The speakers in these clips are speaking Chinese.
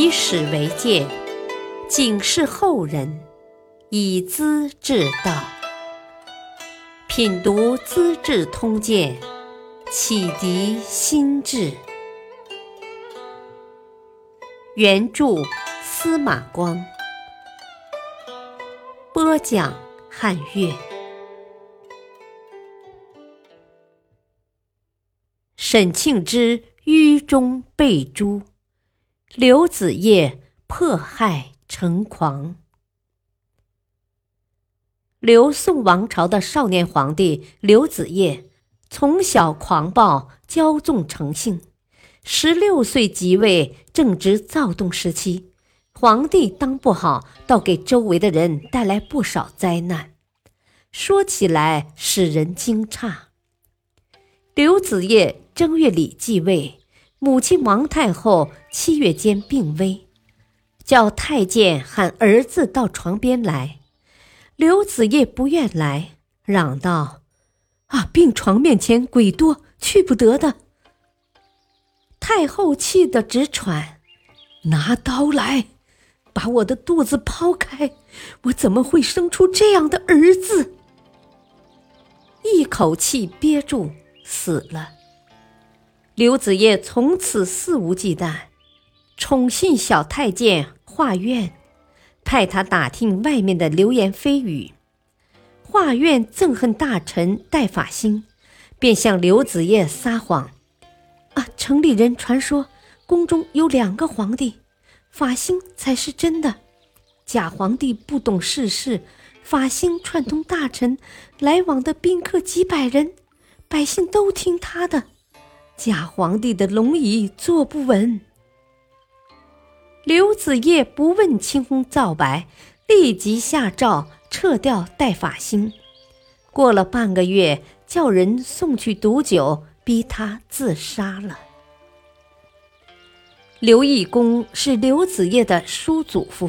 以史为鉴，警示后人，以资治道。品读《资治通鉴》，启迪心智。原著司马光，播讲汉乐。沈庆之狱中被诛，刘子业迫害成狂。刘宋王朝的少年皇帝刘子业从小狂暴骄纵成性，16岁即位，正值躁动时期，皇帝当不好，倒给周围的人带来不少灾难，说起来使人惊诧。刘子业正月里继位，母亲王太后7月间病危，叫太监喊儿子到床边来。刘子业不愿来，嚷道：“病床面前鬼多，去不得的。”太后气得直喘：“拿刀来，把我的肚子剖开，我怎么会生出这样的儿子？”一口气憋住，死了。刘子业从此肆无忌惮，宠信小太监华苑，派他打听外面的流言蜚语。华苑憎恨大臣戴法兴，便向刘子业撒谎：“城里人传说宫中有2个皇帝，法兴才是真的。假皇帝不懂世事，法兴串通大臣，来往的宾客几百人，百姓都听他的。假皇帝的龙椅坐不稳。”刘子业不问青红皂白，立即下诏撤掉戴法兴。过了半个月，叫人送去毒酒，逼他自杀了。刘义恭是刘子业的叔祖父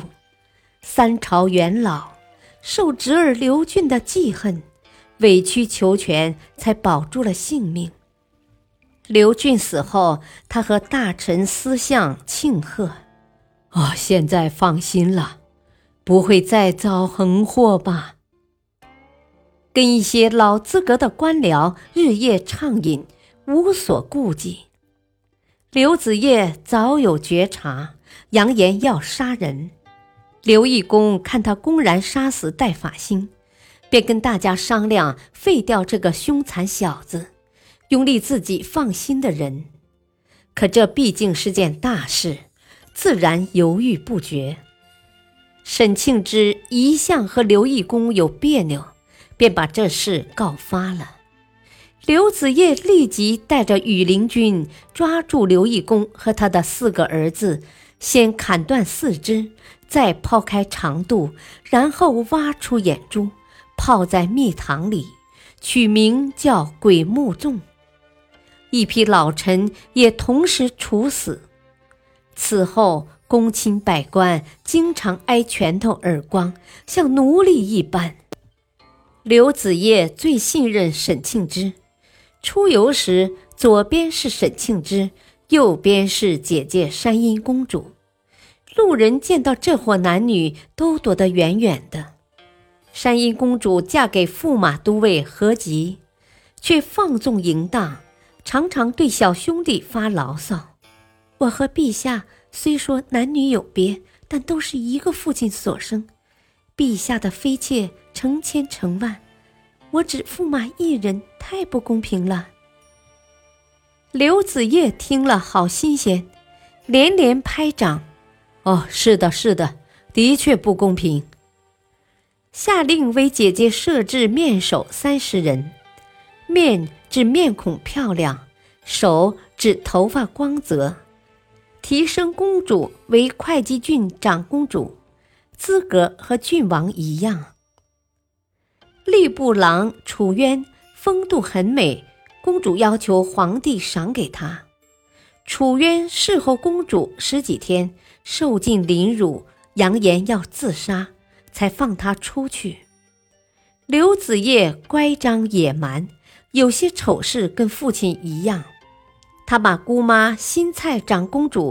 ，3朝元老，受侄儿刘俊的记恨，委曲求全，才保住了性命。刘俊死后，他和大臣司相庆贺：“现在放心了，不会再遭横祸吧？”跟一些老资格的官僚日夜畅饮，无所顾忌。刘子业早有觉察，扬言要杀人。刘义恭看他公然杀死戴法兴，便跟大家商量废掉这个凶残小子，拥立自己放心的人。可这毕竟是件大事，自然犹豫不决。沈庆之一向和刘义恭有别扭，便把这事告发了。刘子业立即带着羽林军抓住刘义恭和他的4个儿子，先砍断4肢，再剖开肠肚，然后挖出眼珠，泡在蜜糖里，取名叫鬼目粽。一批老臣也同时处死。此后公卿百官经常挨拳头耳光，像奴隶一般。刘子业最信任沈庆之，出游时左边是沈庆之，右边是姐姐山阴公主。路人见到这伙男女都躲得远远的。山阴公主嫁给驸马都尉何吉，却放纵淫荡，常常对小兄弟发牢骚：“我和陛下虽说男女有别，但都是一个父亲所生。陛下的妃妾成千成万，我只驸马一人，太不公平了。”刘子业听了好新鲜，连连拍掌：“是的，是的，的确不公平。”下令为姐姐设置面首30人，面指面孔漂亮，首指头发光泽。提升公主为会稽郡长公主，资格和郡王一样。吏部郎楚渊风度很美，公主要求皇帝赏给他。楚渊侍候公主10几天，受尽凌辱，扬言要自杀，才放他出去。刘子业乖张野蛮，有些丑事跟父亲一样。他把姑妈新蔡长公主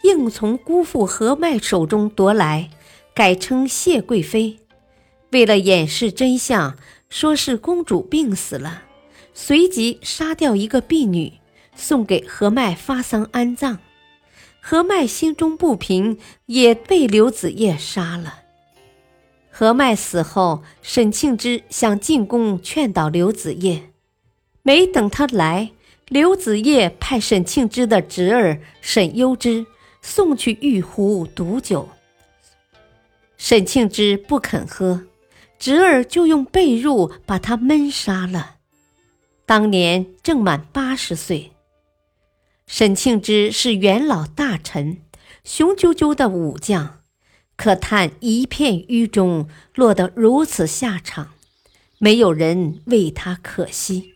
硬从姑父何迈手中夺来，改称谢贵妃。为了掩饰真相，说是公主病死了，随即杀掉一个婢女，送给何迈发丧安葬。何迈心中不平，也被刘子业杀了。何迈死后，沈庆之想进宫劝导刘子业，没等他来，刘子业派沈庆之的侄儿沈攸之送去玉壶毒酒。沈庆之不肯喝，侄儿就用被褥把他闷杀了。当年正满80岁。沈庆之是元老大臣，雄赳赳的武将，可叹一片狱中落得如此下场，没有人为他可惜。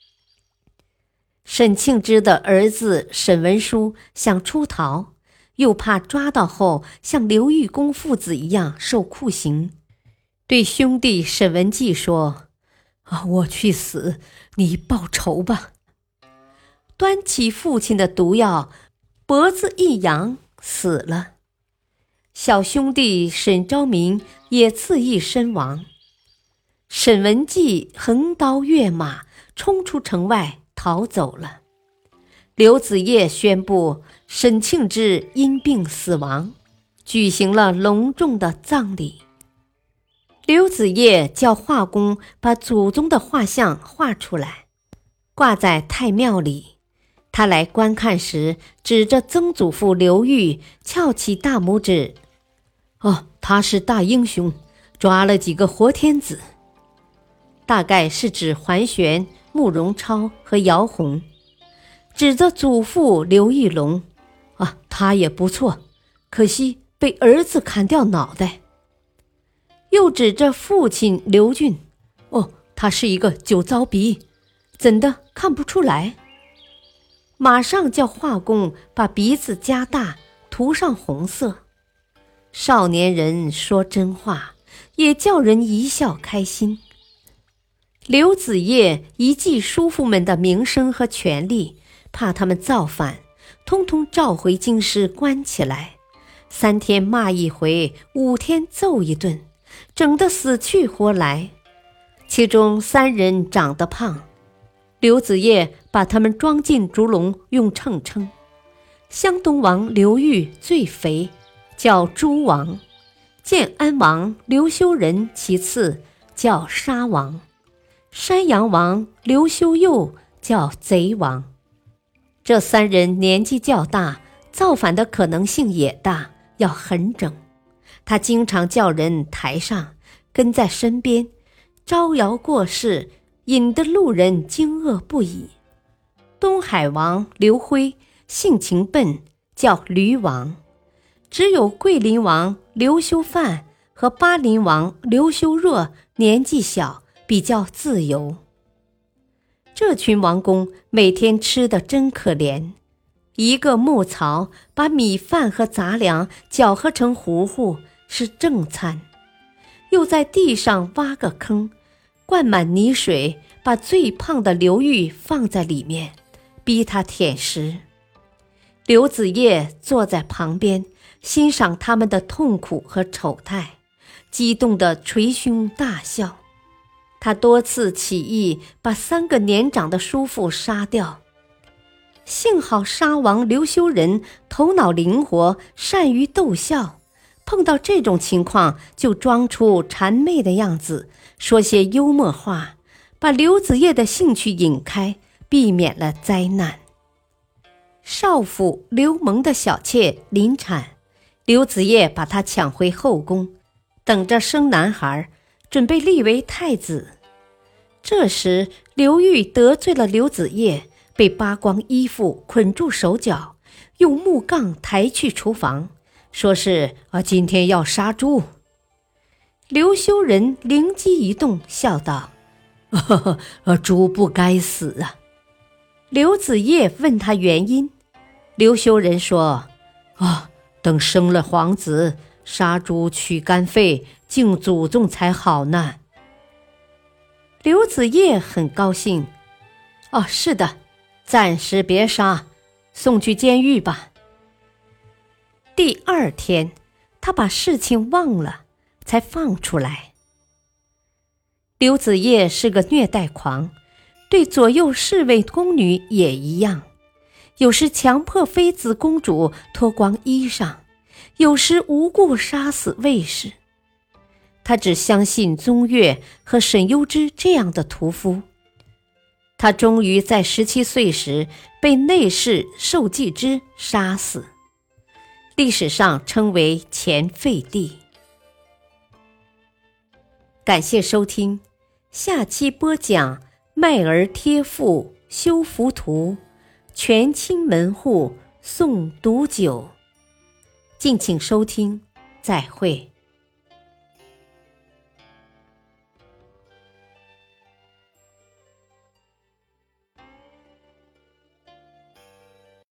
沈庆之的儿子沈文书想出逃，又怕抓到后像刘玉公父子一样受酷刑，对兄弟沈文季说：我去死，你报仇吧。端起父亲的毒药，脖子一扬，死了。小兄弟沈昭明也自缢身亡。沈文季横刀跃马，冲出城外逃走了。刘子业宣布沈庆之因病死亡，举行了隆重的葬礼。刘子业叫画工把祖宗的画像画出来，挂在太庙里。他来观看时，指着曾祖父刘裕，翘起大拇指：他是大英雄，抓了几个活天子。大概是指桓玄、慕容超和姚泓。指着祖父刘义隆：他也不错，可惜被儿子砍掉脑袋。又指着父亲刘俊：他是一个酒糟鼻，怎的看不出来？马上叫画工把鼻子加大，涂上红色。少年人说真话，也叫人一笑开心。刘子业一记叔父们的名声和权力，怕他们造反，通通召回京师关起来，3天骂一回，5天揍一顿，整得死去活来。其中3人长得胖，刘子业把他们装进竹笼，用秤称。湘东王刘裕最肥，叫猪王；建安王刘修仁其次，叫杀王；山阳王刘修佑叫贼王。这3人年纪较大，造反的可能性也大，要狠整。他经常叫人抬上，跟在身边，招摇过市，引得路人惊愕不已。东海王刘辉性情笨，叫驴王；只有桂林王刘修范和巴林王刘修若年纪小，比较自由。这群王公每天吃得真可怜，一个木槽把米饭和杂粮搅和成糊糊，是正餐。又在地上挖个坑，灌满泥水，把最胖的刘裕放在里面，逼他舔食。刘子业坐在旁边，欣赏他们的痛苦和丑态，激动得捶胸大笑。他多次起义，把3个年长的叔父杀掉。幸好杀王刘修仁头脑灵活，善于逗笑，碰到这种情况就装出谄媚的样子，说些幽默话，把刘子业的兴趣引开，避免了灾难。少府刘蒙的小妾临产，刘子业把她抢回后宫，等着生男孩，准备立为太子。这时刘裕得罪了刘子业，被扒光衣服，捆住手脚，用木杠抬去厨房，说是今天要杀猪。刘修仁灵机一动，笑道：猪不该死啊。刘子业问他原因，刘修仁说：等生了皇子，杀猪取肝肺，敬祖宗才好呢。刘子业很高兴：是的，暂时别杀，送去监狱吧。 第2天，他把事情忘了，才放出来。刘子业是个虐待狂，对左右侍卫宫女也一样，有时强迫妃子公主脱光衣裳，有时无故杀死卫士。他只相信宗岳和沈攸之这样的屠夫。他终于在17岁时被内侍寿季之杀死，历史上称为前废帝。感谢收听，下期播讲卖儿贴腹修浮屠，权倾门户送毒酒。敬请收听，再会。